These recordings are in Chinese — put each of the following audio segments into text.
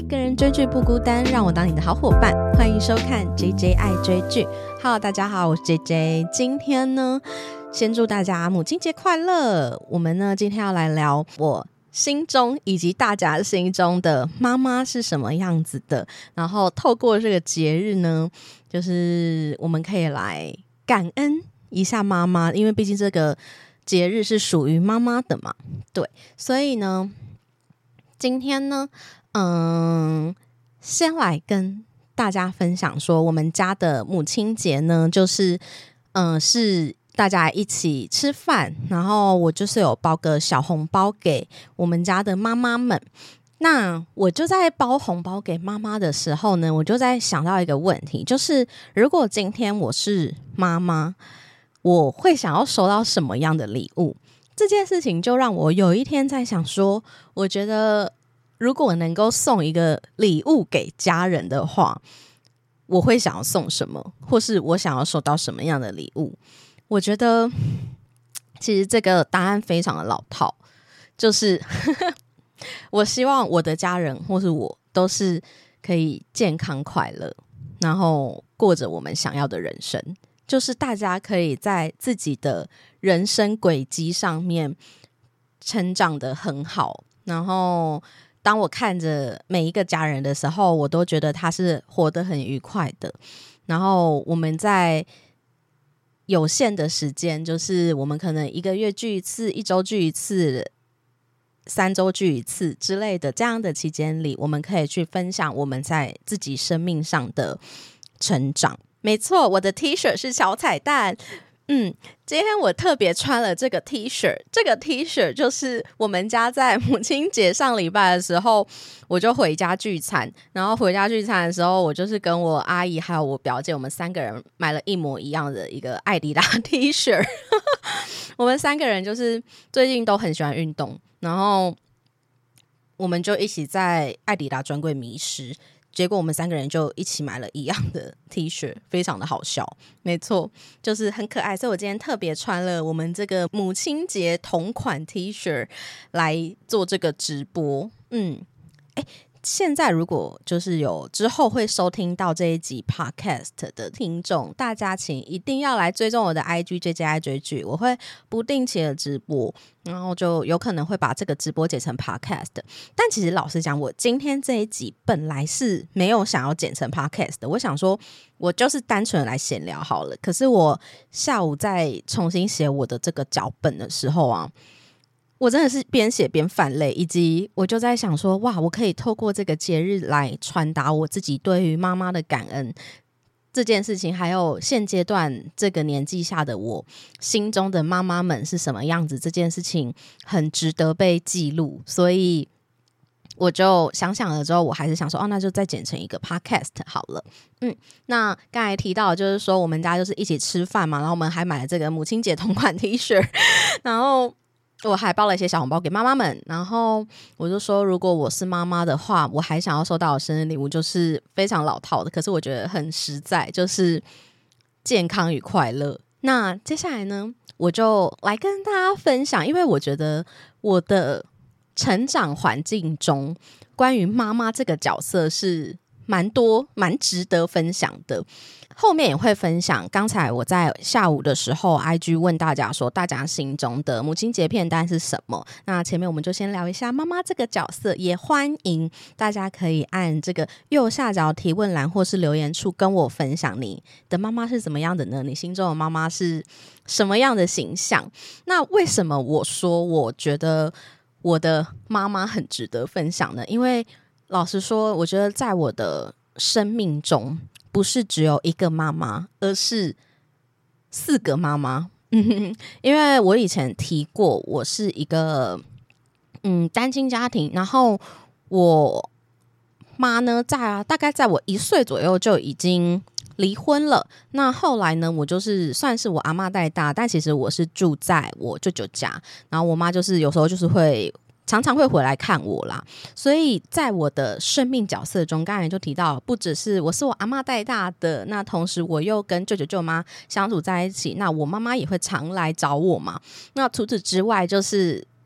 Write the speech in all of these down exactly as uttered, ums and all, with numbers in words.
个人追剧不孤单，让我当你的好伙伴。欢迎收看 J J 爱追剧。Hello， 大家好，我是 J J。今天呢，先祝大家母亲节快乐。我们呢，今天要来聊我心中以及大家心中的妈妈是什么样子的。然后透过这个节日呢，就是我们可以来感恩一下妈妈，因为毕竟这个节日是属于妈妈的嘛。对，所以呢，今天呢。嗯，先来跟大家分享说，我们家的母亲节呢，就是嗯是大家一起吃饭，然后我就是有包个小红包给我们家的妈妈们。那我就在包红包给妈妈的时候呢，我就在想到一个问题，就是如果今天我是妈妈，我会想要收到什么样的礼物？这件事情就让我有一天在想说，我觉得如果能够送一个礼物给家人的话，我会想要送什么，或是我想要收到什么样的礼物？我觉得其实这个答案非常的老套，就是我希望我的家人或是我都是可以健康快乐，然后过着我们想要的人生，就是大家可以在自己的人生轨迹上面成长得很好，然后当我看着每一个家人的时候，我都觉得他是活得很愉快的。然后我们在有限的时间，就是我们可能一个月聚一次，一周聚一次，三周聚一次之类的，这样的期间里，我们可以去分享我们在自己生命上的成长。没错，我的 T 恤是小彩蛋。嗯，今天我特别穿了这个 T 恤，这个 T 恤就是我们家在母亲节上礼拜的时候，我就回家聚餐，然后回家聚餐的时候，我就是跟我阿姨还有我表姐，我们三个人买了一模一样的一个艾迪达 T 恤。我们三个人就是最近都很喜欢运动，然后我们就一起在艾迪达专柜迷失。结果我们三个人就一起买了一样的 T 恤，非常的好笑。没错，就是很可爱，所以我今天特别穿了我们这个母亲节同款 T 恤来做这个直播。嗯，哎，现在如果就是有之后会收听到这一集 podcast 的听众，大家请一定要来追踪我的 I G J J 爱追剧，我会不定期的直播，然后就有可能会把这个直播剪成 podcast。 但其实老实讲，我今天这一集本来是没有想要剪成 podcast 的，我想说我就是单纯来闲聊好了。可是我下午在重新写我的这个脚本的时候啊，我真的是边写边泛泪，以及我就在想说，哇，我可以透过这个节日来传达我自己对于妈妈的感恩这件事情，还有现阶段这个年纪下的我心中的妈妈们是什么样子，这件事情很值得被记录。所以我就想想了之后，我还是想说，哦，那就再剪成一个 podcast 好了。嗯，那刚才提到就是说，我们家就是一起吃饭嘛，然后我们还买了这个母亲节同款 T 恤，然后我还包了一些小红包给妈妈们，然后我就说，如果我是妈妈的话，我还想要收到的生日礼物就是非常老套的，可是我觉得很实在，就是健康与快乐。那接下来呢，我就来跟大家分享，因为我觉得我的成长环境中，关于妈妈这个角色是蛮多蛮值得分享的。后面也会分享刚才我在下午的时候 I G 问大家说，大家心中的母亲节片单是什么。那前面我们就先聊一下妈妈这个角色，也欢迎大家可以按这个右下角提问栏或是留言处跟我分享你的妈妈是怎么样的呢？你心中的妈妈是什么样的形象？那为什么我说我觉得我的妈妈很值得分享呢？因为老实说，我觉得在我的生命中不是只有一个妈妈，而是四个妈妈。嗯，因为我以前提过，我是一个嗯单亲家庭，然后我妈呢，在啊大概在我一岁左右就已经离婚了。那后来呢，我就是算是我阿嬷带大，但其实我是住在我舅舅家，然后我妈就是有时候就是会常常会回来看我啦。所以在我的生命角色中，刚才就提到，不只是我是我阿嬷带大的，那同时我又跟舅舅舅妈相处在一起，那我妈妈也会常来找我嘛。那除此之外，就是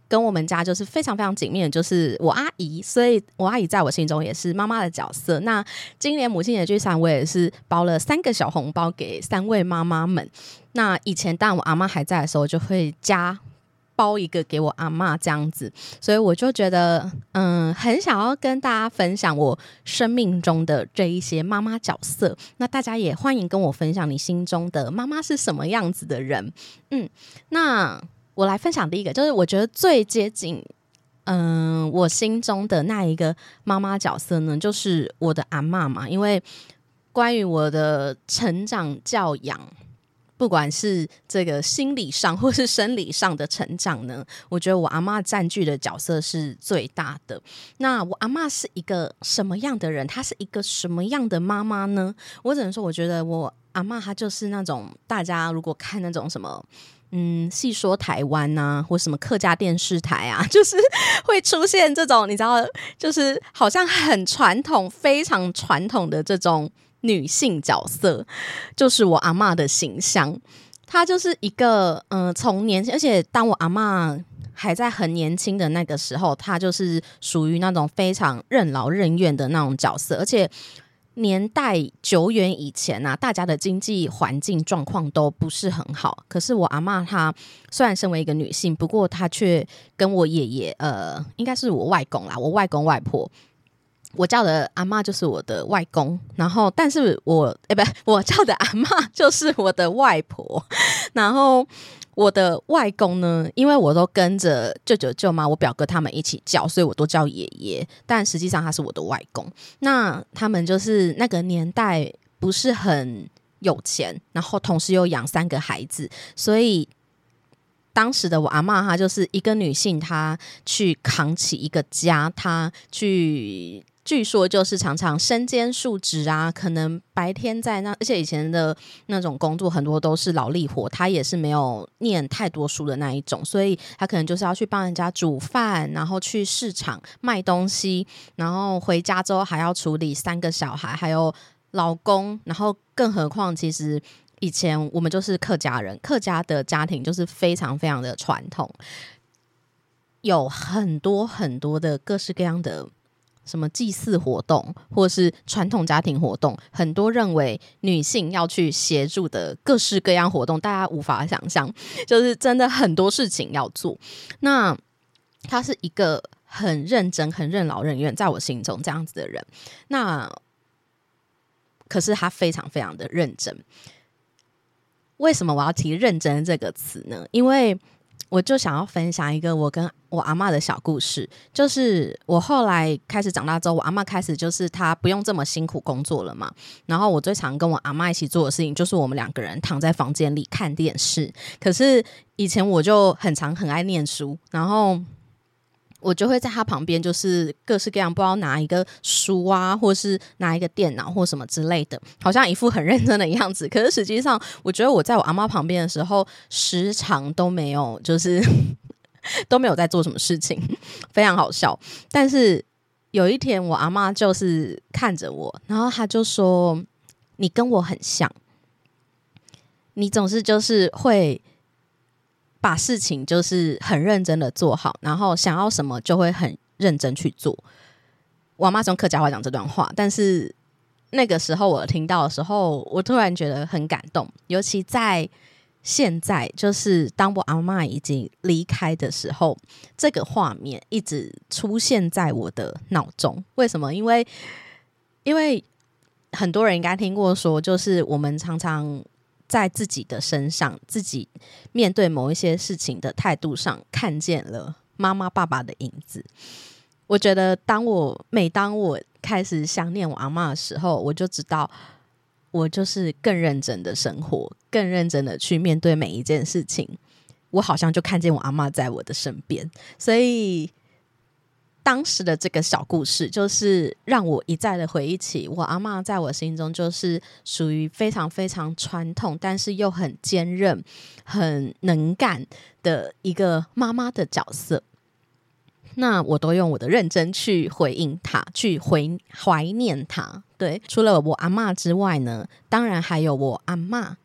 跟我们家就是非常非常紧密的就是我阿姨，所以我阿姨在我心中也是妈妈的角色。那今年母亲节聚餐我也是包了三个小红包给三位妈妈们。那以前当我阿嬷还在的时候就会加包一个给我阿嬷这样子，所以我就觉得嗯，很想要跟大家分享我生命中的这一些妈妈角色。那大家也欢迎跟我分享你心中的妈妈是什么样子的人。嗯，那我来分享第一个，就是我觉得最接近嗯我心中的那一个妈妈角色呢，就是我的阿嬷嘛。因为关于我的成长教养，不管是这个心理上或是生理上的成长呢，我觉得我阿嬷占据的角色是最大的。那我阿嬷是一个什么样的人？她是一个什么样的妈妈呢？我只能说我觉得我阿嬷她就是那种大家如果看那种什么嗯，细说台湾啊，或什么客家电视台啊，就是会出现这种你知道就是好像很传统非常传统的这种女性角色，就是我阿嬷的形象。她就是一个嗯，从年轻，而且当我阿嬷还在很年轻的那个时候，她就是属于那种非常任劳任怨的那种角色。而且年代久远以前啊，大家的经济环境状况都不是很好，可是我阿嬷她虽然身为一个女性，不过她却跟我爷爷呃，应该是我外公啦，我外公外婆，我叫的阿嬷就是我的外公，然后但是我哎、欸、不，我叫的阿嬷就是我的外婆，然后我的外公呢，因为我都跟着舅舅舅妈我表哥他们一起叫，所以我都叫爷爷，但实际上他是我的外公。那他们就是那个年代不是很有钱，然后同时又养三个孩子，所以当时的我阿嬷她就是一个女性，她去扛起一个家，她去据说就是常常身兼数职啊，可能白天在那，而且以前的那种工作很多都是劳力活，他也是没有念太多书的那一种，所以他可能就是要去帮人家煮饭，然后去市场卖东西，然后回家之后还要处理三个小孩还有老公，然后更何况其实以前我们就是客家人，客家的家庭就是非常非常的传统，有很多很多的各式各样的什么祭祀活动或是传统家庭活动，很多认为女性要去协助的各式各样活动，大家无法想象，就是真的很多事情要做。那他是一个很认真很任劳任怨在我心中这样子的人，那可是他非常非常的认真。为什么我要提认真这个词呢？因为我就想要分享一个我跟我阿嬷的小故事，就是我后来开始长大之后，我阿嬷开始就是她不用这么辛苦工作了嘛，然后我最常跟我阿嬷一起做的事情就是我们两个人躺在房间里看电视。可是以前我就很常很爱念书，然后我就会在他旁边就是各式各样不知道拿一个书啊，或是拿一个电脑或什么之类的，好像一副很认真的样子，可是实际上我觉得我在我阿嬷旁边的时候时常都没有就是都没有在做什么事情，非常好笑。但是有一天我阿嬷就是看着我，然后她就说你跟我很像，你总是就是会把事情就是很认真的做好，然后想要什么就会很认真去做。我阿嬷是用客家话讲这段话，但是那个时候我听到的时候我突然觉得很感动，尤其在现在就是当我阿嬷已经离开的时候，这个画面一直出现在我的脑中。为什么？因为因为很多人应该听过说，就是我们常常在自己的身上，自己面对某一些事情的态度上看见了妈妈爸爸的影子。我觉得当我每当我开始想念我阿嬷的时候，我就知道我就是更认真的生活，更认真的去面对每一件事情，我好像就看见我阿嬷在我的身边。所以当时的这个小故事就是让我一再的回忆起我阿嬷在我心中就是属于非常非常传统但是又很坚韧很能干的一个妈妈的角色。那我都用我的认真去回应她，去回怀念她。对，除了我阿嬷之外呢，当然还有我阿嬷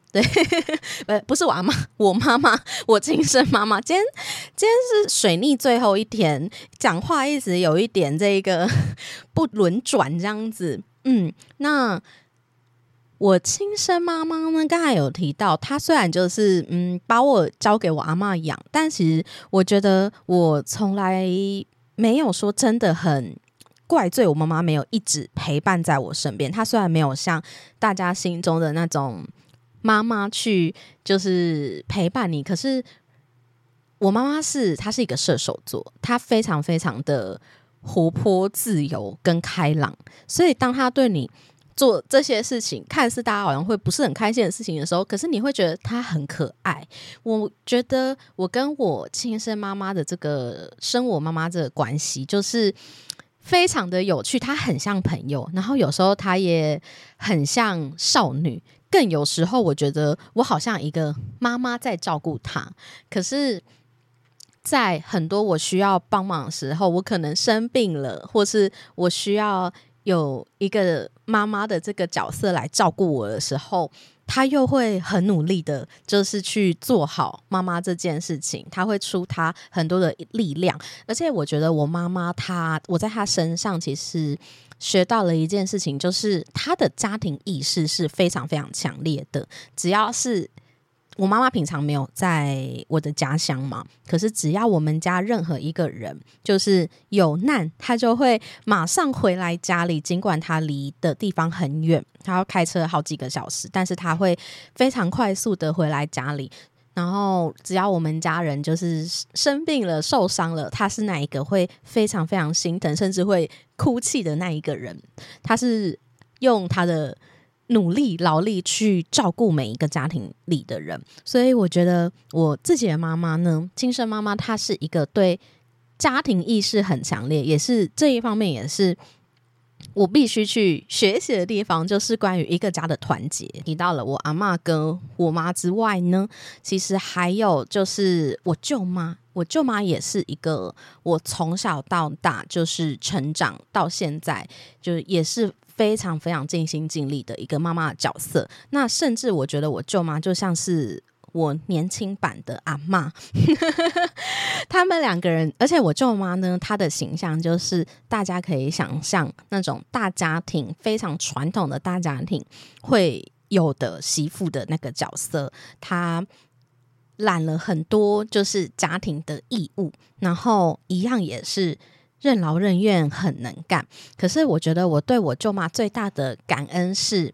对不不是我阿嬷，我妈妈，我亲生妈妈。今天今天是水逆最后一天，讲话一直有一点这个不轮转这样子。嗯，那我亲生妈妈呢，刚才有提到，她虽然就是嗯把我交给我阿嬷养，但其实我觉得我从来没有说真的很怪罪我妈妈没有一直陪伴在我身边。她虽然没有像大家心中的那种妈妈去就是陪伴你，可是我妈妈是她是一个射手座，她非常非常的活泼自由跟开朗，所以当她对你做这些事情看似大家好像会不是很开心的事情的时候，可是你会觉得她很可爱。我觉得我跟我亲生妈妈的这个生我妈妈这个关系就是非常的有趣，她很像朋友，然后有时候她也很像少女，更有时候我觉得我好像一个妈妈在照顾她。可是在很多我需要帮忙的时候，我可能生病了，或是我需要有一个妈妈的这个角色来照顾我的时候，她又会很努力的就是去做好妈妈这件事情，她会出她很多的力量。而且我觉得我妈妈她我在她身上其实学到了一件事情，就是她的家庭意识是非常非常强烈的。只要是我妈妈平常没有在我的家乡嘛，可是只要我们家任何一个人就是有难，她就会马上回来家里，尽管她离的地方很远，她要开车好几个小时，但是她会非常快速的回来家里。然后只要我们家人就是生病了受伤了，他是那一个会非常非常心疼甚至会哭泣的那一个人。他是用他的努力劳力去照顾每一个家庭里的人。所以我觉得我自己的妈妈呢，亲生妈妈，她是一个对家庭意识很强烈，也是这一方面也是我必须去学习的地方，就是关于一个家的团结。提到了我阿嬷跟我妈之外呢，其实还有就是我舅妈。我舅妈也是一个我从小到大就是成长到现在就也是非常非常尽心尽力的一个妈妈的角色。那甚至我觉得我舅妈就像是我年轻版的阿嬷他们两个人，而且我舅妈呢，她的形象就是大家可以想象那种大家庭非常传统的大家庭会有的媳妇的那个角色。她揽了很多就是家庭的义务，然后一样也是任劳任怨，很能干。可是我觉得我对我舅妈最大的感恩是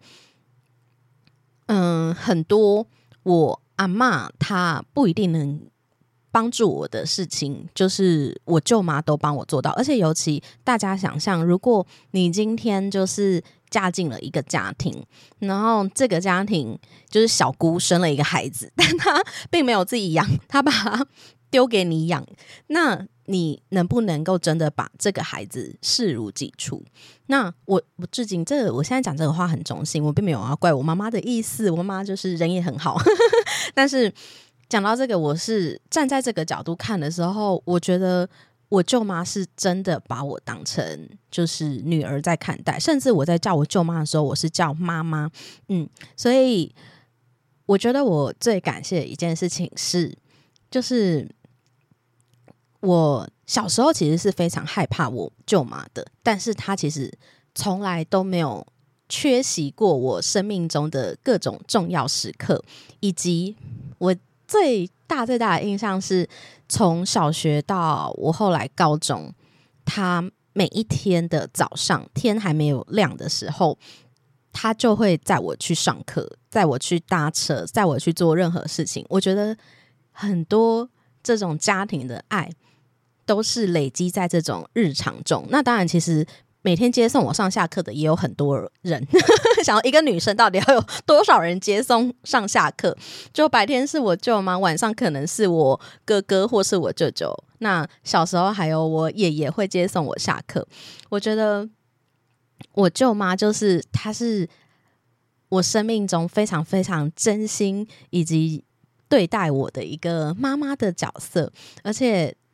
嗯，很多我阿嬷她不一定能帮助我的事情，就是我舅妈都帮我做到。而且尤其大家想象，如果你今天就是嫁进了一个家庭，然后这个家庭就是小姑生了一个孩子，但她并没有自己养，她把他丢给你养，那你能不能够真的把这个孩子视如己出？那我我至今这个我现在讲这个话很中性，我并没有要怪我妈妈的意思，我妈妈就是人也很好但是讲到这个，我是站在这个角度看的时候，我觉得我舅妈是真的把我当成就是女儿在看待，甚至我在叫我舅妈的时候，我是叫妈妈。嗯，所以我觉得我最感谢的一件事情是，就是我小时候其实是非常害怕我舅妈的，但是她其实从来都没有缺席过我生命中的各种重要时刻。以及我最大最大的印象是，从小学到我后来高中，她每一天的早上天还没有亮的时候，她就会载我去上课，载我去搭车，载我去做任何事情。我觉得很多这种家庭的爱都是累积在这种日常中。那当然其实每天接送我上下课的也有很多人想要一个女生到底要有多少人接送上下课，就白天是我舅妈，晚上可能是我哥哥或是我舅舅，那小时候还有我爷爷会接送我下课。我觉得我舅妈就是她是我生命中非常非常真心以及对待我的一个妈妈的角色。而且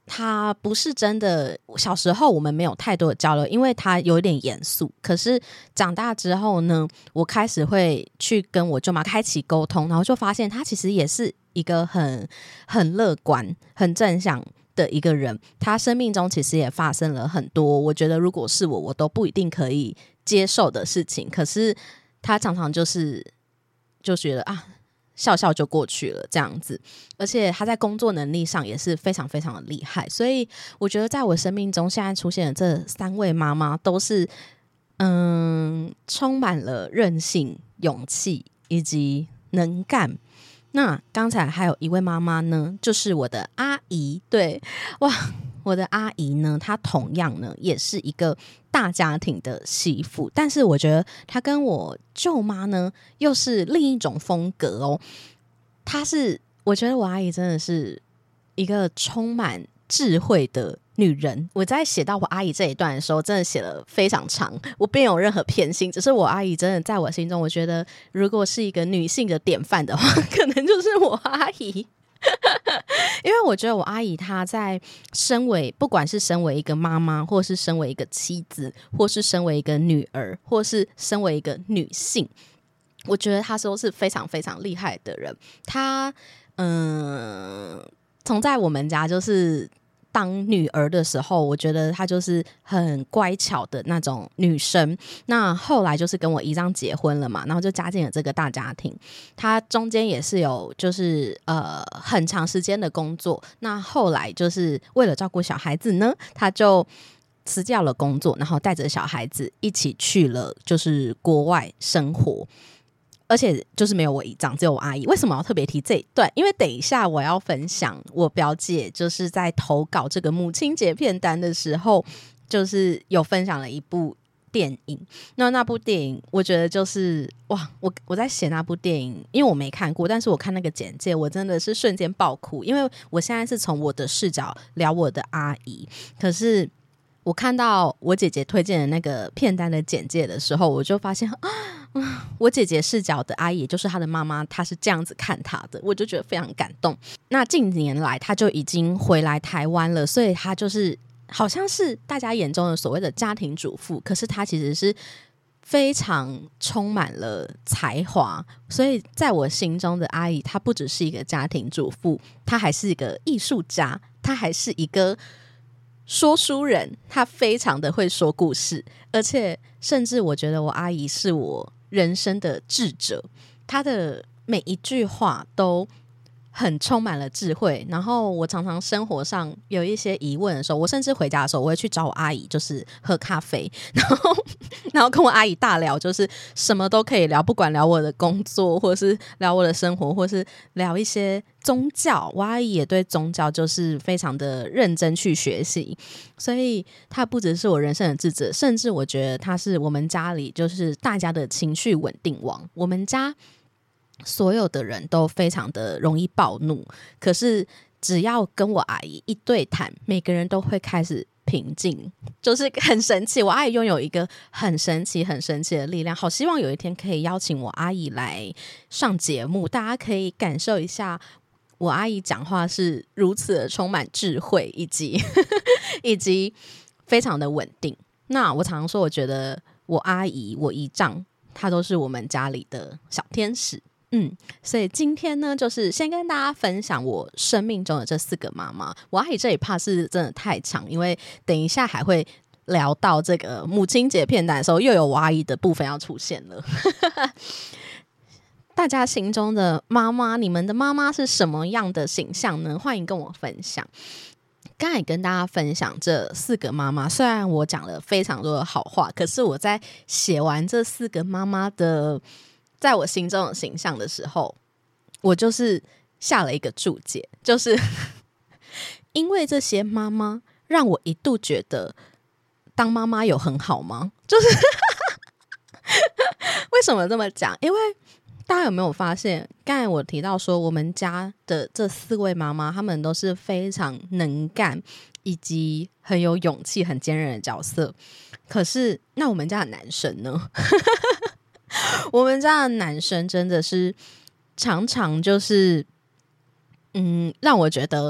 他不是真的，小时候我们没有太多的交流，因为他有点严肃。可是长大之后呢，我开始会去跟我舅妈开启沟通，然后就发现他其实也是一个很很乐观、很正向的一个人。他生命中其实也发生了很多，我觉得如果是我，我都不一定可以接受的事情。可是他常常就是就觉得啊。笑笑就过去了这样子，而且他在工作能力上也是非常非常的厉害，所以我觉得在我生命中现在出现的这三位妈妈都是嗯，充满了韧性、勇气以及能干。那刚才还有一位妈妈呢，就是我的阿姨。对，哇，我的阿姨呢，她同样呢也是一个大家庭的媳妇，但是我觉得她跟我舅妈呢又是另一种风格哦。她是，我觉得我阿姨真的是一个充满智慧的女人。我在写到我阿姨这一段的时候，真的写了非常长，我并没有任何偏心，只是我阿姨真的在我心中，我觉得如果是一个女性的典范的话，可能就是我阿姨。因为我觉得我阿姨她在身为不管是身为一个妈妈，或是身为一个妻子，或是身为一个女儿，或是身为一个女性，我觉得她都是非常非常厉害的人。她嗯，从在我们家就是当女儿的时候，我觉得她就是很乖巧的那种女生。那后来就是跟我姨丈结婚了嘛，然后就加进了这个大家庭。她中间也是有就是呃很长时间的工作，那后来就是为了照顾小孩子呢，她就辞掉了工作，然后带着小孩子一起去了就是国外生活。而且就是没有我姨丈，只有我阿姨。为什么要特别提这一段？因为等一下我要分享我表姐就是在投稿这个母亲节片单的时候，就是有分享了一部电影。那那部电影我觉得就是哇，我我在写那部电影，因为我没看过，但是我看那个简介，我真的是瞬间爆哭。因为我现在是从我的视角聊我的阿姨，可是我看到我姐姐推荐的那个片单的简介的时候，我就发现啊，我姐姐视角的阿姨，也就是她的妈妈，她是这样子看她的，我就觉得非常感动。那近年来她就已经回来台湾了，所以她就是好像是大家眼中的所谓的家庭主妇，可是她其实是非常充满了才华。所以在我心中的阿姨，她不只是一个家庭主妇，她还是一个艺术家，她还是一个说书人，她非常的会说故事，而且甚至我觉得我阿姨是我人生的智者，她的每一句话都很充满了智慧。然后我常常生活上有一些疑问的时候，我甚至回家的时候我会去找我阿姨，就是喝咖啡，然后然后跟我阿姨大聊，就是什么都可以聊，不管聊我的工作，或是聊我的生活，或是聊一些宗教。我阿姨也对宗教就是非常的认真去学习，所以她不只是我人生的智者，甚至我觉得她是我们家里就是大家的情绪稳定王。我们家所有的人都非常的容易暴怒，可是只要跟我阿姨一对谈，每个人都会开始平静，就是很神奇。我阿姨拥有一个很神奇很神奇的力量，好希望有一天可以邀请我阿姨来上节目，大家可以感受一下我阿姨讲话是如此的充满智慧，以及以及非常的稳定。那我常常说，我觉得我阿姨我姨丈他都是我们家里的小天使。嗯，所以今天呢，就是先跟大家分享我生命中的这四个妈妈。我阿姨这一 part 是真的太长，因为等一下还会聊到这个母亲节片段的时候，又有我阿姨的部分要出现了。大家心中的妈妈，你们的妈妈是什么样的形象呢？欢迎跟我分享。刚才跟大家分享这四个妈妈，虽然我讲了非常多的好话，可是我在写完这四个妈妈的在我心中的形象的时候，我就是下了一个注解，就是因为这些妈妈让我一度觉得当妈妈有很好吗？就是为什么这么讲？因为大家有没有发现，刚才我提到说我们家的这四位妈妈，她们都是非常能干以及很有勇气很坚韧的角色。可是那我们家的男生呢？我们家的男生真的是常常就是嗯，让我觉得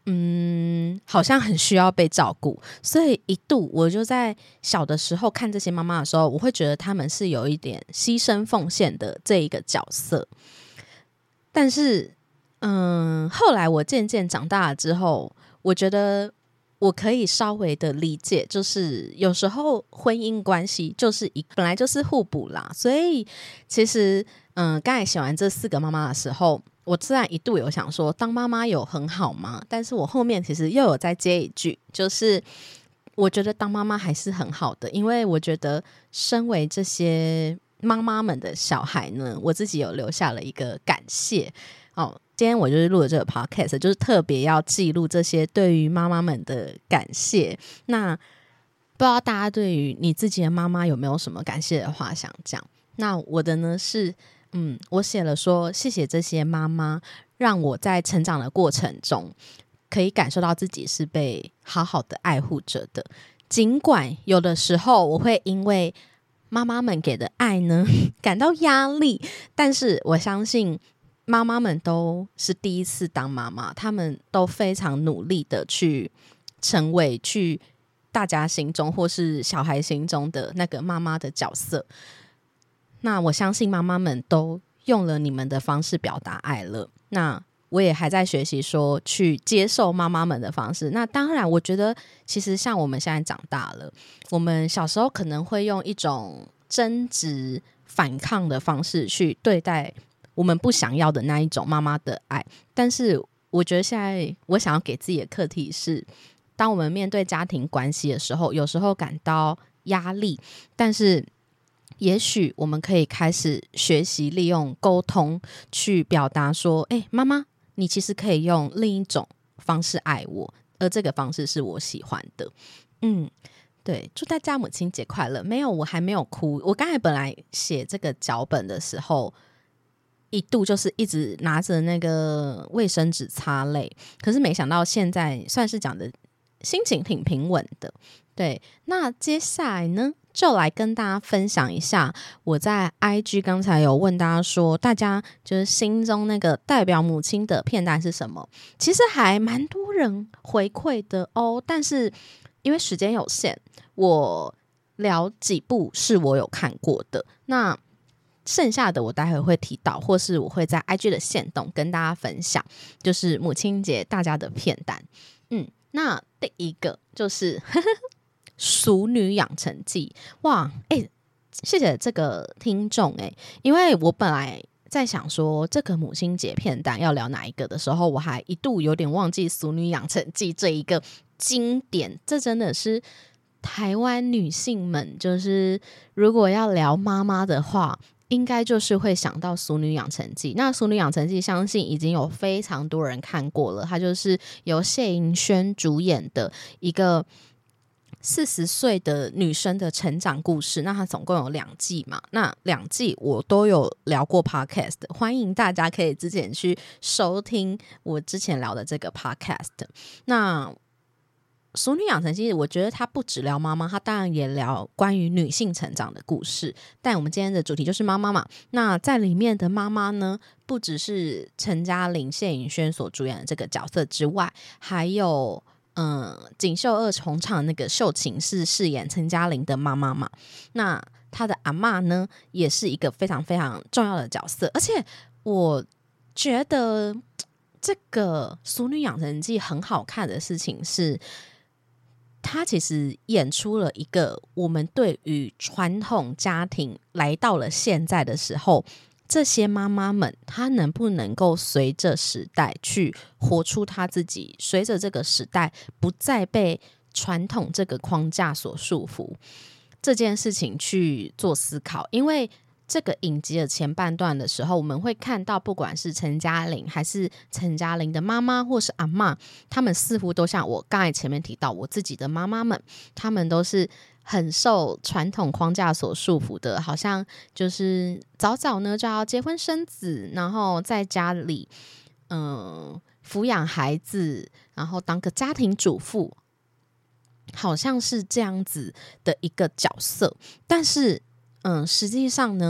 嗯，好像很需要被照顾，所以一度我就在小的时候看这些妈妈的时候，我会觉得他们是有一点牺牲奉献的这一个角色。但是嗯，后来我渐渐长大了之后，我觉得我可以稍微的理解，就是有时候婚姻关系就是一本来就是互补啦。所以其实嗯，刚才写完这四个妈妈的时候，我自然一度有想说当妈妈有很好吗？但是我后面其实又有再接一句，就是我觉得当妈妈还是很好的，因为我觉得身为这些妈妈们的小孩呢，我自己有留下了一个感谢哦。今天我就是录了这个 podcast， 就是特别要记录这些对于妈妈们的感谢。那不知道大家对于你自己的妈妈有没有什么感谢的话想讲？那我的呢是嗯，我写了说谢谢这些妈妈，让我在成长的过程中可以感受到自己是被好好的爱护着的。尽管有的时候我会因为妈妈们给的爱呢感到压力，但是我相信妈妈们都是第一次当妈妈，他们都非常努力的去成为去大家心中或是小孩心中的那个妈妈的角色。那我相信妈妈们都用了你们的方式表达爱了，那我也还在学习说去接受妈妈们的方式。那当然我觉得其实像我们现在长大了，我们小时候可能会用一种争执反抗的方式去对待我们不想要的那一种妈妈的爱，但是我觉得现在我想要给自己的课题是，当我们面对家庭关系的时候，有时候感到压力，但是也许我们可以开始学习利用沟通去表达说，哎，妈妈你其实可以用另一种方式爱我，而这个方式是我喜欢的。嗯，对，祝大家母亲节快乐。没有，我还没有哭。我刚才本来写这个脚本的时候一度就是一直拿着那个卫生纸擦泪，可是没想到现在算是讲的心情挺平稳的。对，那接下来呢就来跟大家分享一下我在 I G 刚才有问大家说大家就是心中那个代表母亲的片段是什么，其实还蛮多人回馈的哦，但是因为时间有限，我聊几部是我有看过的，那剩下的我待会会提到，或是我会在 I G 的限动跟大家分享，就是母亲节大家的片段。嗯，那第一个就是呵呵俗女养成记。哇，欸，谢谢这个听众欸，因为我本来在想说这个母亲节片段要聊哪一个的时候，我还一度有点忘记俗女养成记这一个经典，这真的是台湾女性们就是如果要聊妈妈的话应该就是会想到俗女养成记。那俗女养成记相信已经有非常多人看过了，它就是由谢盈萱主演的一个四十岁的女生的成长故事。那它总共有两季嘛，那两季我都有聊过 podcast， 欢迎大家可以之前去收听我之前聊的这个 podcast。 那俗女养成记我觉得它不只聊妈妈，它当然也聊关于女性成长的故事，但我们今天的主题就是妈妈嘛。那在里面的妈妈呢，不只是陈嘉玲、谢盈萱所主演的这个角色之外，还有嗯，锦绣二重唱那个秀琴是饰演陈嘉玲的妈妈嘛，那她的阿嬷呢也是一个非常非常重要的角色。而且我觉得这个俗女养成记很好看的事情是，她其实演出了一个我们对于传统家庭来到了现在的时候，这些妈妈们她能不能够随着时代去活出她自己，随着这个时代不再被传统这个框架所束缚，这件事情去做思考。因为这个影集的前半段的时候，我们会看到不管是陈嘉玲还是陈嘉玲的妈妈或是阿嬷，他们似乎都像我刚才前面提到我自己的妈妈们，他们都是很受传统框架所束缚的，好像就是早早呢就要结婚生子，然后在家里嗯抚养孩子，然后当个家庭主妇，好像是这样子的一个角色。但是嗯，实际上呢，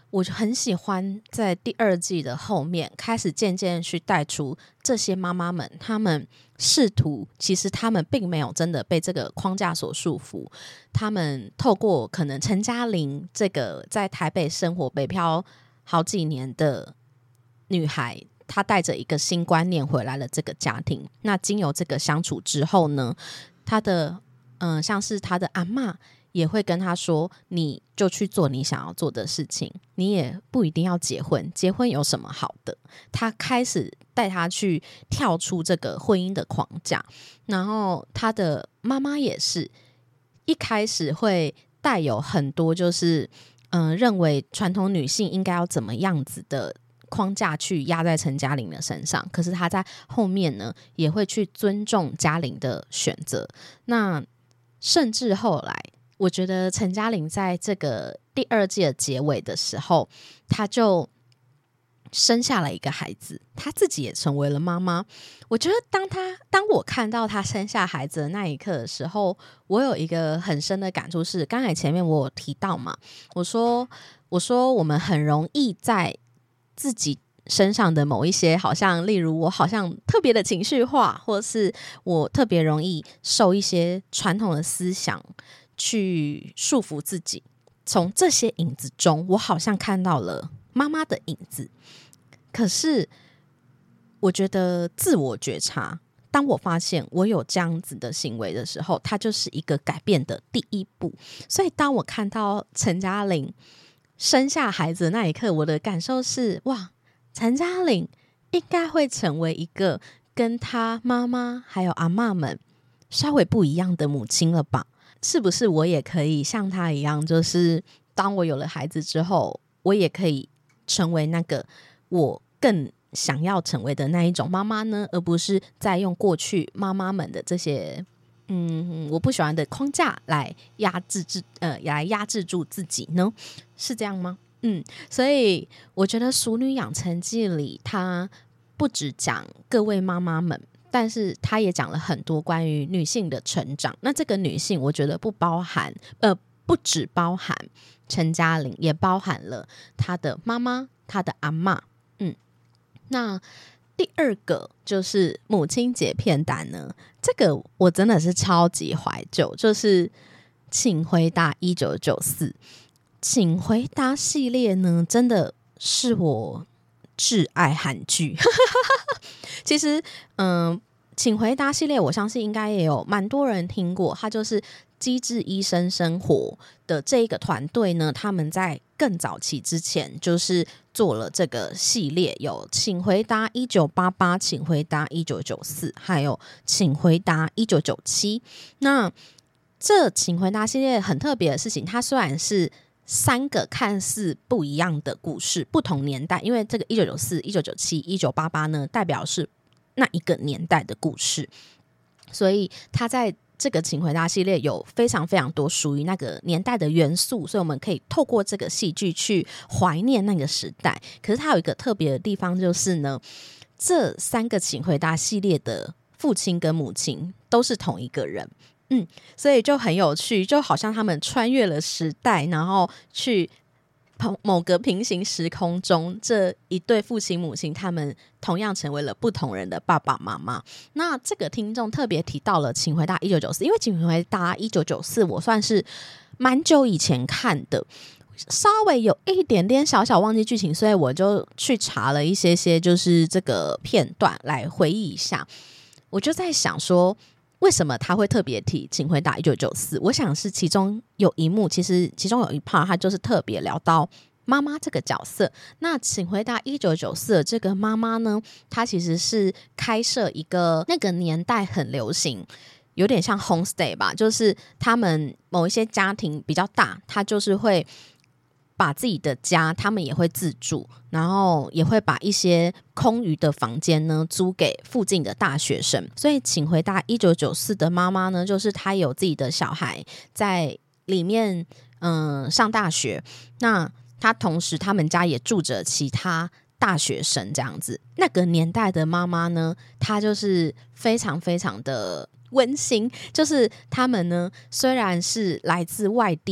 我很喜欢在第二季的后面开始渐渐去带出这些妈妈们，她们试图其实她们并没有真的被这个框架所束缚，她们透过可能陈嘉玲这个在台北生活北漂好几年的女孩，她带着一个新观念回来了这个家庭，那经由这个相处之后呢，她的嗯、呃，像是她的阿嬷也会跟他说，你就去做你想要做的事情，你也不一定要结婚，结婚有什么好的。他开始带他去跳出这个婚姻的框架，然后他的妈妈也是一开始会带有很多就是嗯、呃，认为传统女性应该要怎么样子的框架去压在陈嘉玲的身上，可是他在后面呢也会去尊重嘉玲的选择。那甚至后来我觉得陈嘉玲在这个第二季的结尾的时候，她就生下了一个孩子，她自己也成为了妈妈。我觉得当她当我看到她生下孩子的那一刻的时候，我有一个很深的感触是，刚才前面我有提到嘛，我说我说我们很容易在自己身上的某一些，好像例如我好像特别的情绪化，或是我特别容易受一些传统的思想去束缚自己，从这些影子中我好像看到了妈妈的影子。可是我觉得自我觉察，当我发现我有这样子的行为的时候，它就是一个改变的第一步。所以当我看到陈嘉玲生下孩子的那一刻，我的感受是，哇，陈嘉玲应该会成为一个跟她妈妈还有阿嬷们稍微不一样的母亲了吧？是不是我也可以像她一样，就是当我有了孩子之后，我也可以成为那个我更想要成为的那一种妈妈呢？而不是再用过去妈妈们的这些嗯我不喜欢的框架来压制制呃来压制住自己呢？是这样吗？嗯，所以我觉得《俗女养成记》里它不只讲各位妈妈们，但是他也讲了很多关于女性的成长。那这个女性我觉得不包含呃，不只包含陈嘉玲，也包含了她的妈妈，她的阿嬷。嗯，那第二个就是母亲节片单呢，这个我真的是超级怀旧，就是请回答一九九四。请回答系列呢，真的是我挚爱韩剧。其实嗯，请回答系列我相信应该也有蛮多人听过，它就是机智医生生活的这一个团队呢，他们在更早期之前就是做了这个系列，有请回答一九八八，请回答一九九四，还有请回答一九九七。那这请回答系列很特别的事情，它虽然是三个看似不一样的故事，不同年代，因为这个一九九四、一九九七、一九八八呢，代表是那一个年代的故事，所以它在这个请回答系列有非常非常多属于那个年代的元素，所以我们可以透过这个戏剧去怀念那个时代。可是它有一个特别的地方，就是呢，这三个请回答系列的父亲跟母亲都是同一个人。嗯，所以就很有趣，就好像他们穿越了时代，然后去某个平行时空中，这一对父亲母亲他们同样成为了不同人的爸爸妈妈。那这个听众特别提到了请回答一九九四，因为请回答一九九四我算是蛮久以前看的，稍微有一点点小小忘记剧情，所以我就去查了一些些就是这个片段来回忆一下。我就在想说，为什么他会特别提请回答一九九四？我想是其中有一幕，其实其中有一 part 他就是特别聊到妈妈这个角色。那请回答一九九四的这个妈妈呢，她其实是开设一个那个年代很流行，有点像 homestay 吧，就是他们某一些家庭比较大，他就是会把自己的家他们也会自住，然后也会把一些空余的房间呢租给附近的大学生。所以请回答一九九四的妈妈呢，就是她有自己的小孩在里面嗯上大学，那她同时他们家也住着其他大学生这样子。那个年代的妈妈呢，她就是非常非常的温馨，就是他们呢虽然是来自外地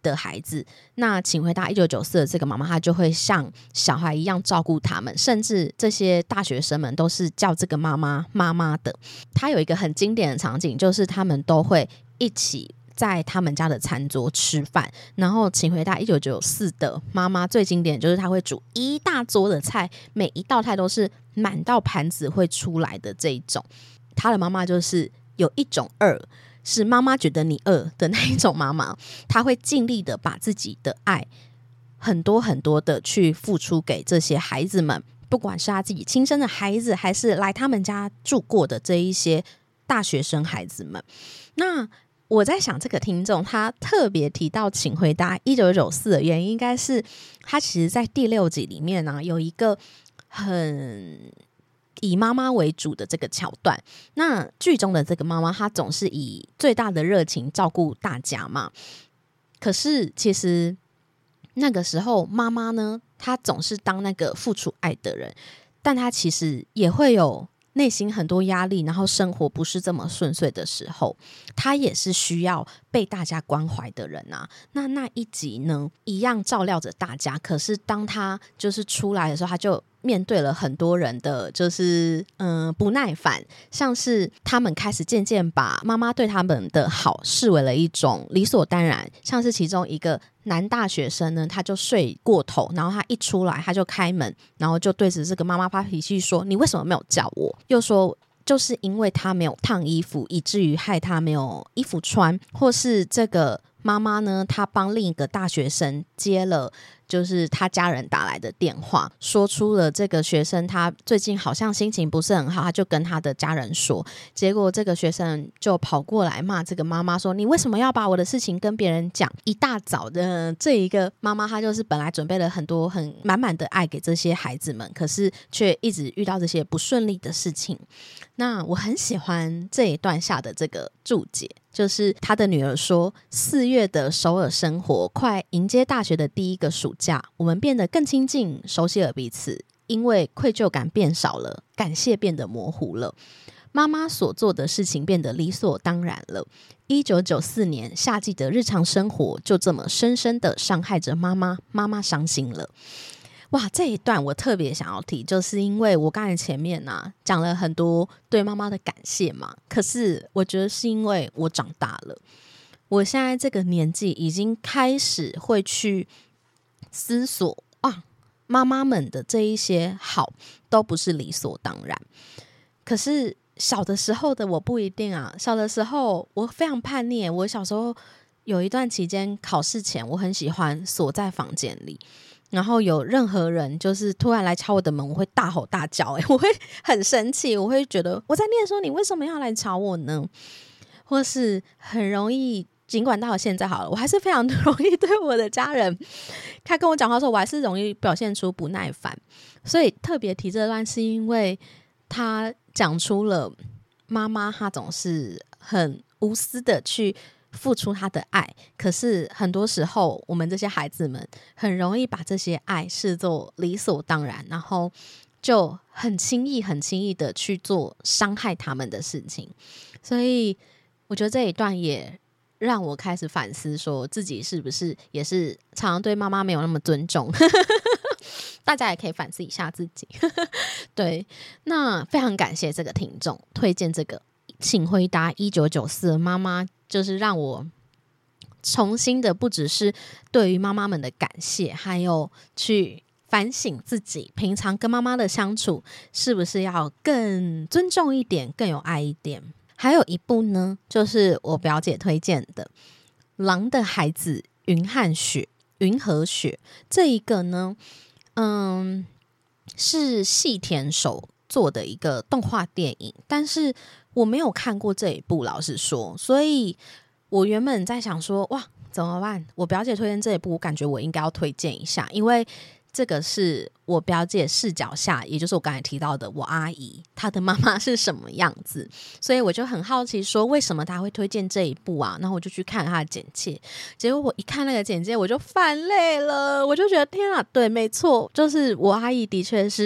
的孩子，那请回答一九九四的这个妈妈，她就会像小孩一样照顾他们，甚至这些大学生们都是叫这个妈妈妈妈的。她有一个很经典的场景，就是他们都会一起在他们家的餐桌吃饭，然后请回答一九九四的妈妈最经典就是她会煮一大桌的菜，每一道菜都是满到盘子会出来的这一种。她的妈妈就是有一种饿，是妈妈觉得你饿的那一种妈妈，她会尽力的把自己的爱很多很多的去付出给这些孩子们，不管是她自己亲生的孩子，还是来他们家住过的这一些大学生孩子们。那我在想，这个听众他特别提到请回答一九九四的原因，应该是他其实在第六集里面呢、啊，有一个很以妈妈为主的这个桥段。那剧中的这个妈妈，她总是以最大的热情照顾大家嘛。可是其实那个时候妈妈呢，她总是当那个付出爱的人，但她其实也会有内心很多压力，然后生活不是这么顺遂的时候，他也是需要被大家关怀的人啊。那那一集呢，一样照料着大家，可是当他就是出来的时候，他就面对了很多人的就是嗯、呃、不耐烦，像是他们开始渐渐把妈妈对他们的好视为了一种理所当然，像是其中一个男大学生呢，他就睡过头，然后他一出来他就开门，然后就对着这个妈妈发脾气说，你为什么没有叫我，又说就是因为他没有烫衣服，以至于害他没有衣服穿，或是这个妈妈呢，她帮另一个大学生接了就是他家人打来的电话，说出了这个学生他最近好像心情不是很好，他就跟他的家人说，结果这个学生就跑过来骂这个妈妈说，你为什么要把我的事情跟别人讲。一大早的这一个妈妈，她就是本来准备了很多很满满的爱给这些孩子们，可是却一直遇到这些不顺利的事情。那我很喜欢这一段下的这个注解，就是他的女儿说，四月的首尔生活快迎接大学的第一个暑假，我们变得更亲近，熟悉了彼此，因为愧疚感变少了，感谢变得模糊了，妈妈所做的事情变得理所当然了。一九九四年夏季的日常生活就这么深深的伤害着妈妈，妈妈伤心了。哇，这一段我特别想要提，就是因为我刚才前面啊讲了很多对妈妈的感谢嘛，可是我觉得是因为我长大了，我现在这个年纪已经开始会去思索啊，妈妈们的这一些好都不是理所当然。可是小的时候的我不一定啊，小的时候我非常叛逆，我小时候有一段期间考试前我很喜欢锁在房间里，然后有任何人就是突然来敲我的门，我会大吼大叫、欸、我会很生气，我会觉得我在念书，你为什么要来吵我呢？或是很容易，尽管到了现在好了，我还是非常容易对我的家人他跟我讲话的时候，我还是容易表现出不耐烦。所以特别提这段是因为他讲出了妈妈她总是很无私的去付出他的爱，可是很多时候我们这些孩子们很容易把这些爱视作理所当然，然后就很轻易很轻易的去做伤害他们的事情。所以我觉得这一段也让我开始反思，说自己是不是也是常常对妈妈没有那么尊重大家也可以反思一下自己对，那非常感谢这个听众推荐这个请回答一九九四的妈妈，就是让我重新的不只是对于妈妈们的感谢，还有去反省自己平常跟妈妈的相处是不是要更尊重一点，更有爱一点。还有一部呢，就是我表姐推荐的《狼的孩子》云和雪云和雪，这一个呢嗯，是细田守做的一个动画电影，但是我没有看过这一部，老实说，所以我原本在想说，哇，怎么办？我表姐推荐这一部，我感觉我应该要推荐一下，因为这个是我表姐视角下，也就是我刚才提到的我阿姨她的妈妈是什么样子，所以我就很好奇说为什么她会推荐这一部啊，然后我就去看她的简介，结果我一看那个简介我就泛泪了，我就觉得天啊，对，没错，就是我阿姨的确是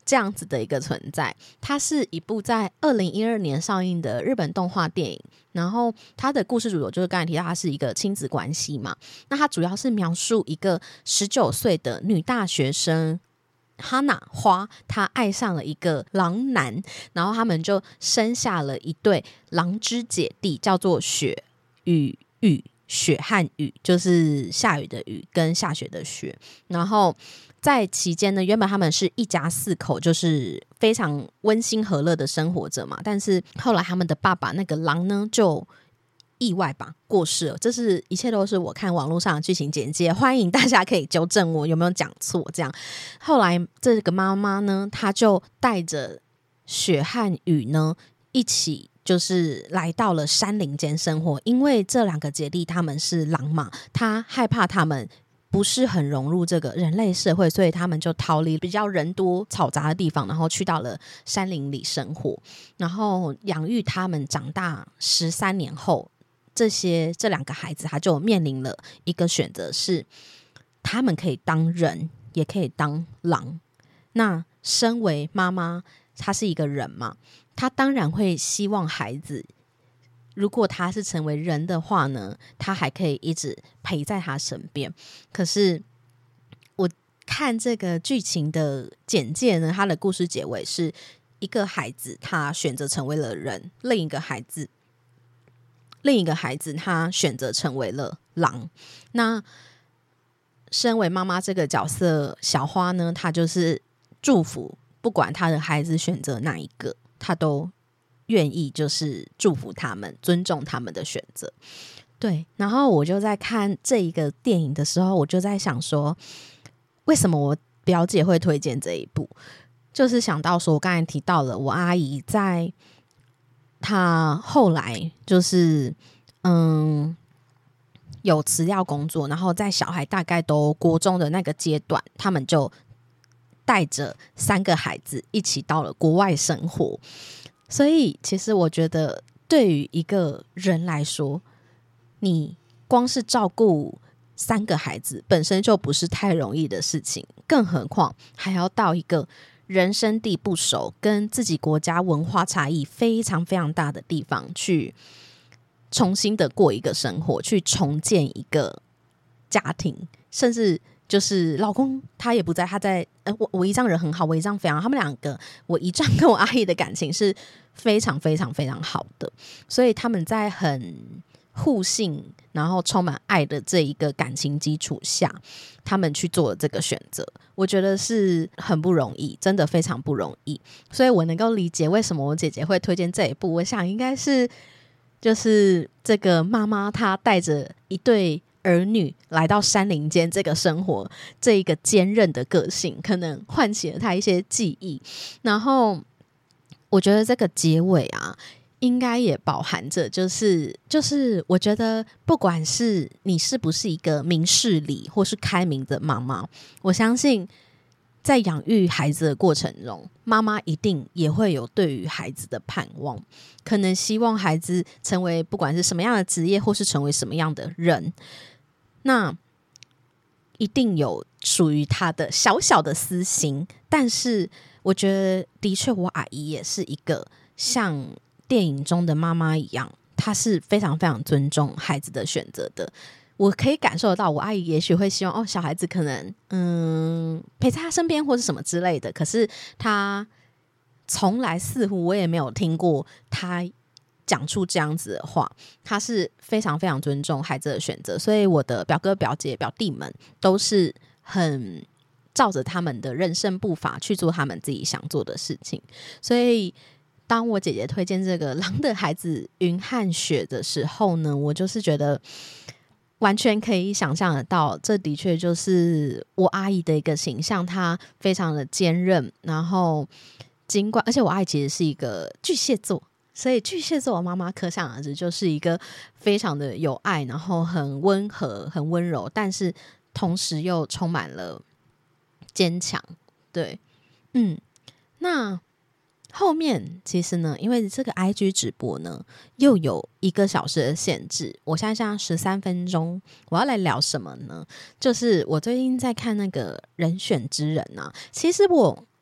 这样子的一个存在。它是一部在二零一二年上映的日本动画电影，然后它的故事主轴就是刚才提到它是一个亲子关系嘛，那它主要是描述一个十九岁的女大学生哈娜花，她爱上了一个狼男，然后他们就生下了一对狼之姐弟，叫做雪与雨，雪和雨就是下雨的雨跟下雪的雪。然后在期间呢，原本他们是一家四口，就是非常温馨和乐的生活着嘛，但是后来他们的爸爸那个狼呢就意外吧过世了，这是一切都是我看网络上的剧情简介，欢迎大家可以纠正我有没有讲错。这样后来这个妈妈呢，她就带着雪和雨呢一起就是来到了山林间生活，因为这两个姐弟他们是狼嘛，他害怕他们不是很融入这个人类社会，所以他们就逃离比较人多嘈杂的地方，然后去到了山林里生活，然后养育他们长大十三年后，这些这两个孩子他就面临了一个选择，是他们可以当人也可以当狼。那身为妈妈，她是一个人嘛，她当然会希望孩子如果他是成为人的话呢，他还可以一直陪在他身边。可是我看这个剧情的简介呢，他的故事结尾是一个孩子他选择成为了人，另一个孩子另一个孩子他选择成为了狼。那身为妈妈这个角色小花呢，她就是祝福不管她的孩子选择哪一个，她都愿意就是祝福他们，尊重他们的选择。对，然后我就在看这一个电影的时候，我就在想说为什么我表姐会推荐这一部，就是想到说我刚才提到了我阿姨在她后来就是嗯有辞掉工作，然后在小孩大概都国中的那个阶段，他们就带着三个孩子一起到了国外生活。所以其实我觉得对于一个人来说，你光是照顾三个孩子本身就不是太容易的事情，更何况还要到一个人生地不熟，跟自己国家文化差异非常非常大的地方去重新的过一个生活，去重建一个家庭，甚至就是老公他也不在，他在、呃、我我姨丈人很好，我姨丈非常，他们两个我姨丈跟我阿姨的感情是非常非常非常好的，所以他们在很互信然后充满爱的这一个感情基础下，他们去做了这个选择，我觉得是很不容易，真的非常不容易。所以我能够理解为什么我姐姐会推荐这一部，我想应该是就是这个妈妈她带着一对儿女来到山林间这个生活，这一个坚韧的个性可能唤起了她一些记忆。然后我觉得这个结尾啊应该也饱含着就是就是我觉得不管是你是不是一个明事理或是开明的妈妈，我相信在养育孩子的过程中，妈妈一定也会有对于孩子的盼望，可能希望孩子成为不管是什么样的职业或是成为什么样的人，那一定有属于他的小小的私心。但是我觉得的确我阿姨也是一个像电影中的妈妈一样，她是非常非常尊重孩子的选择的。我可以感受得到我阿姨也许会希望哦，小孩子可能嗯陪在她身边或是什么之类的，可是她从来似乎我也没有听过她讲出这样子的话，她是非常非常尊重孩子的选择。所以我的表哥表姐表弟们都是很照着他们的人生步伐去做他们自己想做的事情。所以当我姐姐推荐这个《狼的孩子云和雪》的时候呢，我就是觉得完全可以想象得到，这的确就是我阿姨的一个形象，她非常的坚韧，然后尽管而且我阿姨其实是一个巨蟹座，所以巨蟹座的妈妈可想而知就是一个非常的有爱，然后很温和很温柔，但是同时又充满了坚强。对，嗯，那后面其实呢，因为这个 I G 直播呢又有一个小时的限制，我现在剩下十三分钟，我要来聊什么呢？就是我最近在看那个人选之人啊，其实我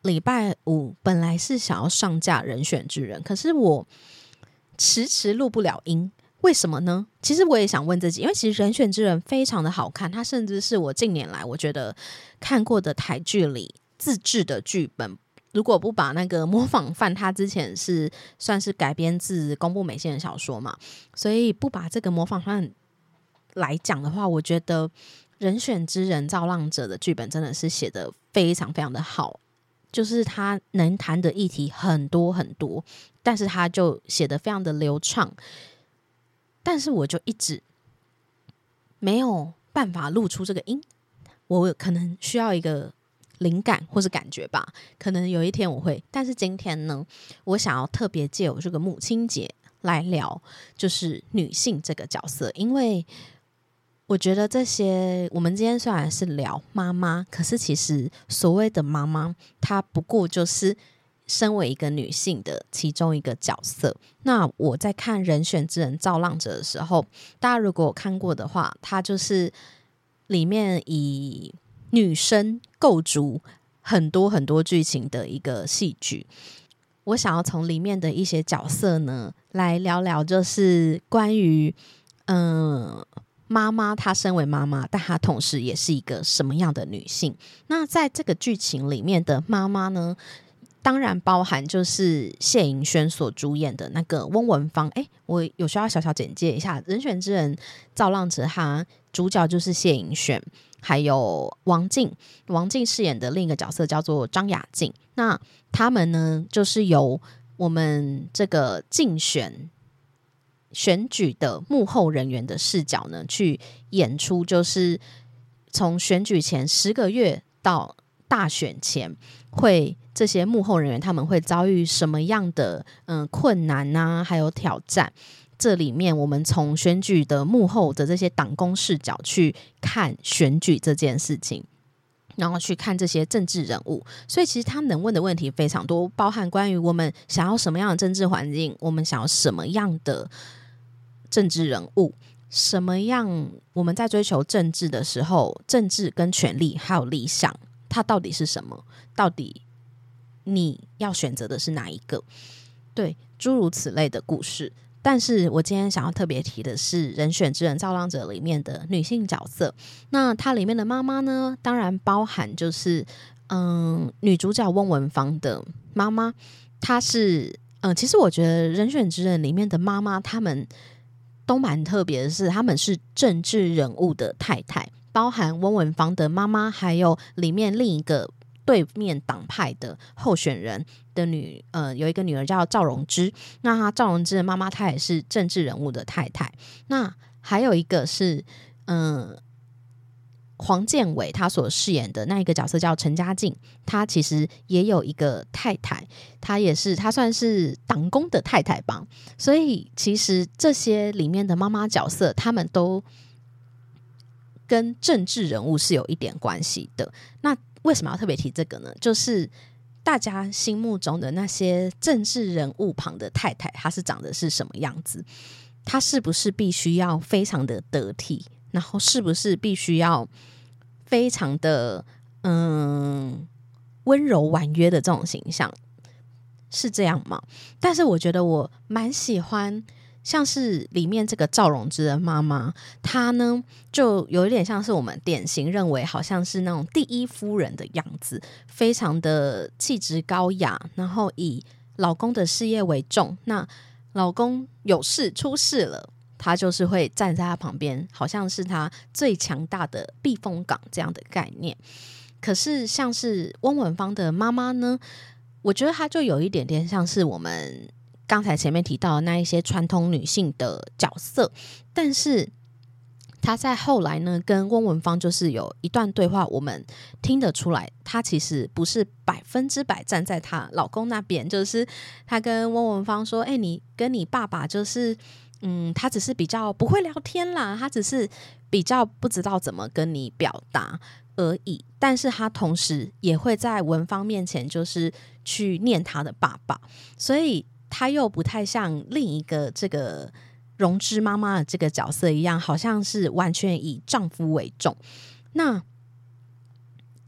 礼拜五本来是想要上架人选之人，可是我迟迟录不了音，为什么呢？其实我也想问自己，因为其实人选之人非常的好看，它甚至是我近年来我觉得看过的台剧里自制的剧本，如果不把那个模仿犯，他之前是算是改编自宫部美幸的小说嘛，所以不把这个模仿犯来讲的话，我觉得人选之人造浪者的剧本真的是写得非常非常的好，就是他能谈的议题很多很多，但是他就写得非常的流畅，但是我就一直没有办法录出这个音，我可能需要一个灵感或是感觉吧，可能有一天我会，但是今天呢，我想要特别借由这个母亲节来聊就是女性这个角色，因为我觉得这些我们今天虽然是聊妈妈，可是其实所谓的妈妈她不过就是身为一个女性的其中一个角色。那我在看人选之人造浪者的时候，大家如果有看过的话，它就是里面以女生构筑很多很多剧情的一个戏剧。我想要从里面的一些角色呢来聊聊，就是关于嗯妈妈，她身为妈妈，但她同时也是一个什么样的女性。那在这个剧情里面的妈妈呢，当然包含就是谢盈萱所主演的那个翁文芳。诶，我有需要小小简介一下人选之人造浪者，他主角就是谢盈萱，还有王静，王静饰演的另一个角色叫做张雅静。那他们呢，就是由我们这个竞选选举的幕后人员的视角呢，去演出，就是从选举前十个月到大选前，会这些幕后人员他们会遭遇什么样的嗯困难啊，还有挑战。这里面我们从选举的幕后的这些党工视角去看选举这件事情，然后去看这些政治人物，所以其实他能问的问题非常多，包含关于我们想要什么样的政治环境，我们想要什么样的政治人物，什么样我们在追求政治的时候，政治跟权力还有理想它到底是什么，到底你要选择的是哪一个，对，诸如此类的故事。但是我今天想要特别提的是人选之人造浪者里面的女性角色。那它里面的妈妈呢，当然包含就是嗯，女主角翁文芳的妈妈，她是嗯，其实我觉得人选之人里面的妈妈她们都蛮特别的是，她们是政治人物的太太，包含翁文芳的妈妈，还有里面另一个对面党派的候选人的女呃，有一个女儿叫赵荣芝。那她赵荣芝的妈妈她也是政治人物的太太。那还有一个是嗯、呃，黄建伟他所饰演的那一个角色叫陈嘉静，他其实也有一个太太，他也是他算是党工的太太吧。所以其实这些里面的妈妈角色他们都跟政治人物是有一点关系的。那为什么要特别提这个呢？就是大家心目中的那些政治人物旁的太太，她是长得是什么样子？她是不是必须要非常的得体？然后是不是必须要非常的嗯温柔婉约的这种形象？是这样吗？但是我觉得我蛮喜欢像是里面这个赵荣芝的妈妈，她呢就有一点像是我们典型认为好像是那种第一夫人的样子，非常的气质高雅，然后以老公的事业为重，那老公有事出事了，她就是会站在他旁边，好像是他最强大的避风港这样的概念。可是像是翁文芳的妈妈呢，我觉得她就有一点点像是我们刚才前面提到的那一些传统女性的角色，但是她在后来呢跟翁文芳就是有一段对话，我们听得出来她其实不是百分之百站在她老公那边，就是她跟翁文芳说，哎、欸，你跟你爸爸就是嗯，他只是比较不会聊天啦，他只是比较不知道怎么跟你表达而已。但是他同时也会在文芳面前就是去念他的爸爸，所以他又不太像另一个这个荣芝妈妈的这个角色一样，好像是完全以丈夫为重。那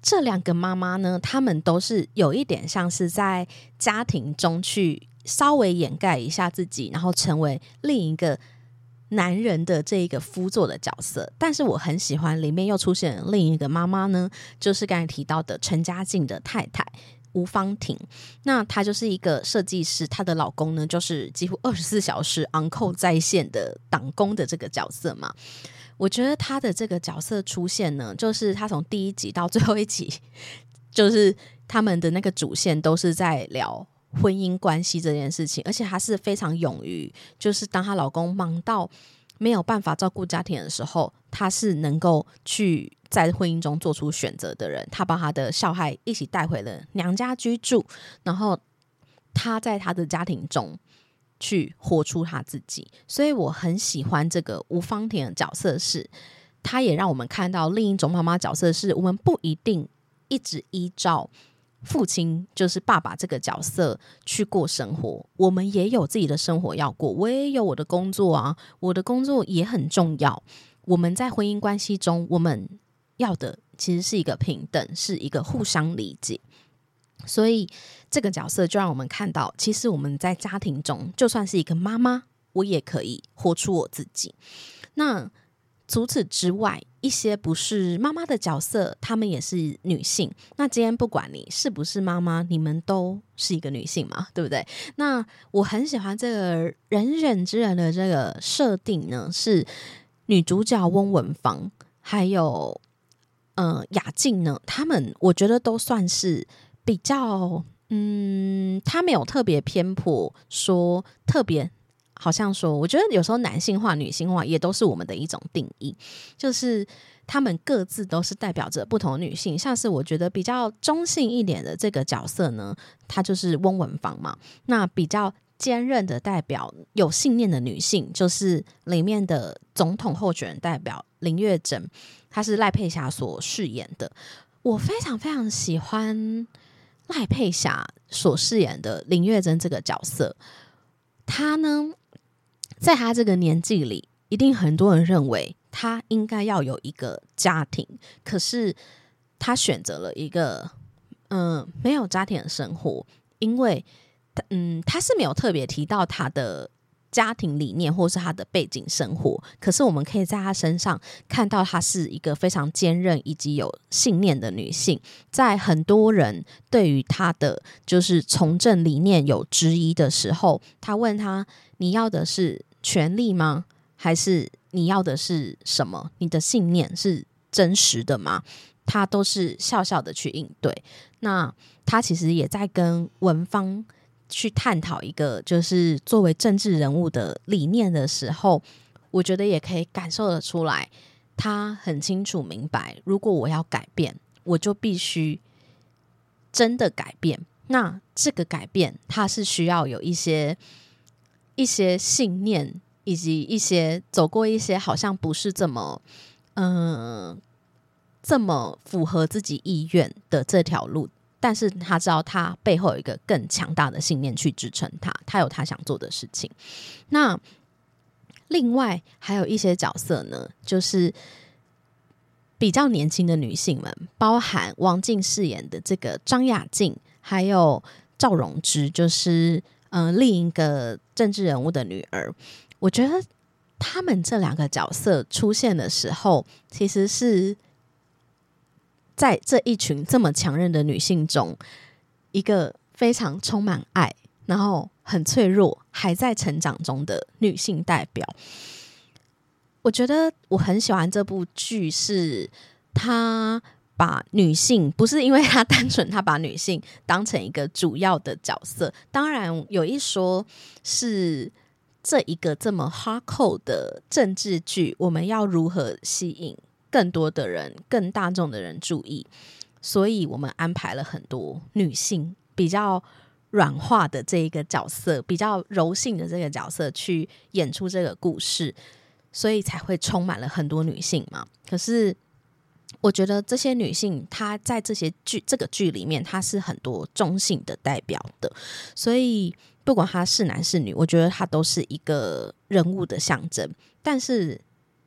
这两个妈妈呢，她们都是有一点像是在家庭中去稍微掩盖一下自己，然后成为另一个男人的这一个辅佐的角色。但是我很喜欢里面又出现了另一个妈妈呢，就是刚才提到的陈嘉静的太太吴芳婷。那她就是一个设计师，她的老公呢就是几乎二十四小时 on call 在线的党工的这个角色嘛。我觉得她的这个角色出现呢，就是她从第一集到最后一集，就是他们的那个主线都是在聊婚姻关系这件事情，而且她是非常勇于，就是当她老公忙到没有办法照顾家庭的时候，她是能够去在婚姻中做出选择的人。她把她的小孩一起带回了娘家居住，然后她在她的家庭中去活出她自己。所以我很喜欢这个吴芳婷的角色，是她也让我们看到另一种妈妈角色，是我们不一定一直依照父亲就是爸爸这个角色去过生活，我们也有自己的生活要过，我也有我的工作啊，我的工作也很重要。我们在婚姻关系中，我们要的其实是一个平等，是一个互相理解。所以这个角色就让我们看到，其实我们在家庭中就算是一个妈妈，我也可以活出我自己。那除此之外，一些不是妈妈的角色，她们也是女性。那今天不管你是不是妈妈，你们都是一个女性嘛，对不对？那我很喜欢这个人忍之人的这个设定呢，是女主角翁文芳还有呃雅静呢，她们我觉得都算是比较嗯，她没有特别偏颇，说特别好像说，我觉得有时候男性化女性化也都是我们的一种定义，就是他们各自都是代表着不同的女性。像是我觉得比较中性一点的这个角色呢，她就是翁文芳嘛。那比较坚韧的代表有信念的女性，就是里面的总统候选人代表林月珍，她是赖佩霞所饰演的。我非常非常喜欢赖佩霞所饰演的林月珍这个角色。她呢，在她这个年纪里，一定很多人认为她应该要有一个家庭，可是她选择了一个嗯、呃、没有家庭的生活。因为嗯，她是没有特别提到她的家庭理念或是她的背景生活，可是我们可以在她身上看到她是一个非常坚韧以及有信念的女性。在很多人对于她的就是从政理念有质疑的时候，她问她，你要的是权力吗？还是你要的是什么？你的信念是真实的吗？她都是笑笑的去应对。那她其实也在跟文芳去探讨一个就是作为政治人物的理念的时候，我觉得也可以感受得出来，他很清楚明白，如果我要改变，我就必须真的改变。那这个改变它是需要有一些一些信念，以及一些走过一些好像不是这么嗯、呃、这么符合自己意愿的这条路，但是他知道他背后有一个更强大的信念去支撑他，他有他想做的事情。那另外还有一些角色呢，就是比较年轻的女性们，包含王静饰演的这个张雅静，还有赵荣芝，就是呃另一个政治人物的女儿。我觉得他们这两个角色出现的时候，其实是在这一群这么强韧的女性中，一个非常充满爱，然后很脆弱，还在成长中的女性代表。我觉得我很喜欢这部剧，是她把女性，不是因为她单纯她把女性当成一个主要的角色，当然有一说是这一个这么 hardcore 的政治剧，我们要如何吸引更多的人，更大众的人注意，所以我们安排了很多女性比较软化的这一个角色，比较柔性的这个角色去演出这个故事，所以才会充满了很多女性嘛。可是我觉得这些女性她在这些剧这个剧里面，她是很多中性的代表的，所以不管她是男是女，我觉得她都是一个人物的象征。但是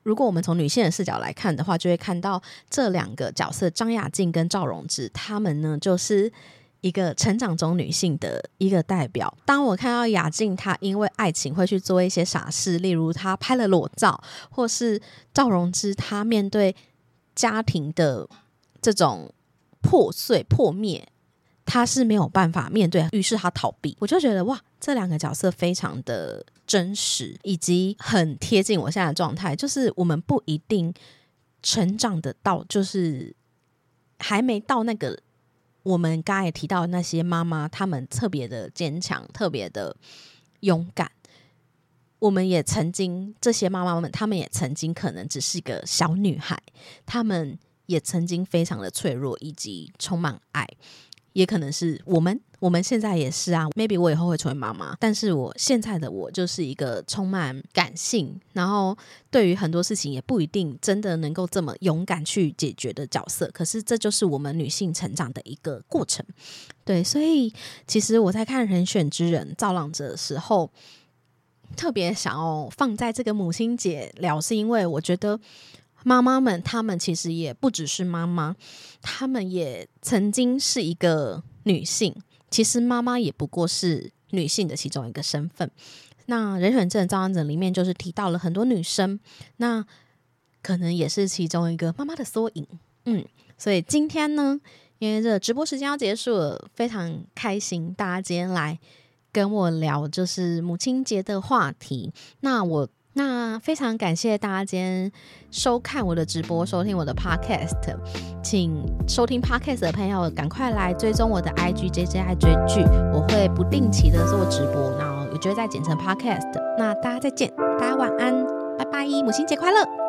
如果我们从女性的视角来看的话，就会看到这两个角色张雅静跟赵容芝，她们呢就是一个成长中女性的一个代表。当我看到雅静她因为爱情会去做一些傻事，例如她拍了裸照，或是赵容芝她面对家庭的这种破碎破灭，她是没有办法面对，于是她逃避，我就觉得哇，这两个角色非常的真实，以及很贴近我现在的状态，就是我们不一定成长得到，就是还没到那个我们刚才也提到的那些妈妈，她们特别的坚强，特别的勇敢。我们也曾经，这些妈妈们，她们也曾经可能只是一个小女孩，她们也曾经非常的脆弱，以及充满爱。也可能是我们我们现在也是啊 maybe 我以后会成为妈妈，但是我现在的我就是一个充满感性，然后对于很多事情也不一定真的能够这么勇敢去解决的角色，可是这就是我们女性成长的一个过程。对，所以其实我在看人选之人造浪者的时候，特别想要放在这个母亲节聊，是因为我觉得妈妈们她们其实也不只是妈妈，她们也曾经是一个女性，其实妈妈也不过是女性的其中一个身份。那人选之人造浪者里面就是提到了很多女生，那可能也是其中一个妈妈的缩影。嗯，所以今天呢，因为这直播时间要结束了，非常开心大家今天来跟我聊就是母亲节的话题。那我那非常感谢大家今天收看我的直播，收听我的 podcast， 请收听 podcast 的朋友赶快来追踪我的 I G J J 爱追剧，我会不定期的做直播，然后我就会再剪成 podcast。 那大家再见，大家晚安，拜拜，母亲节快乐。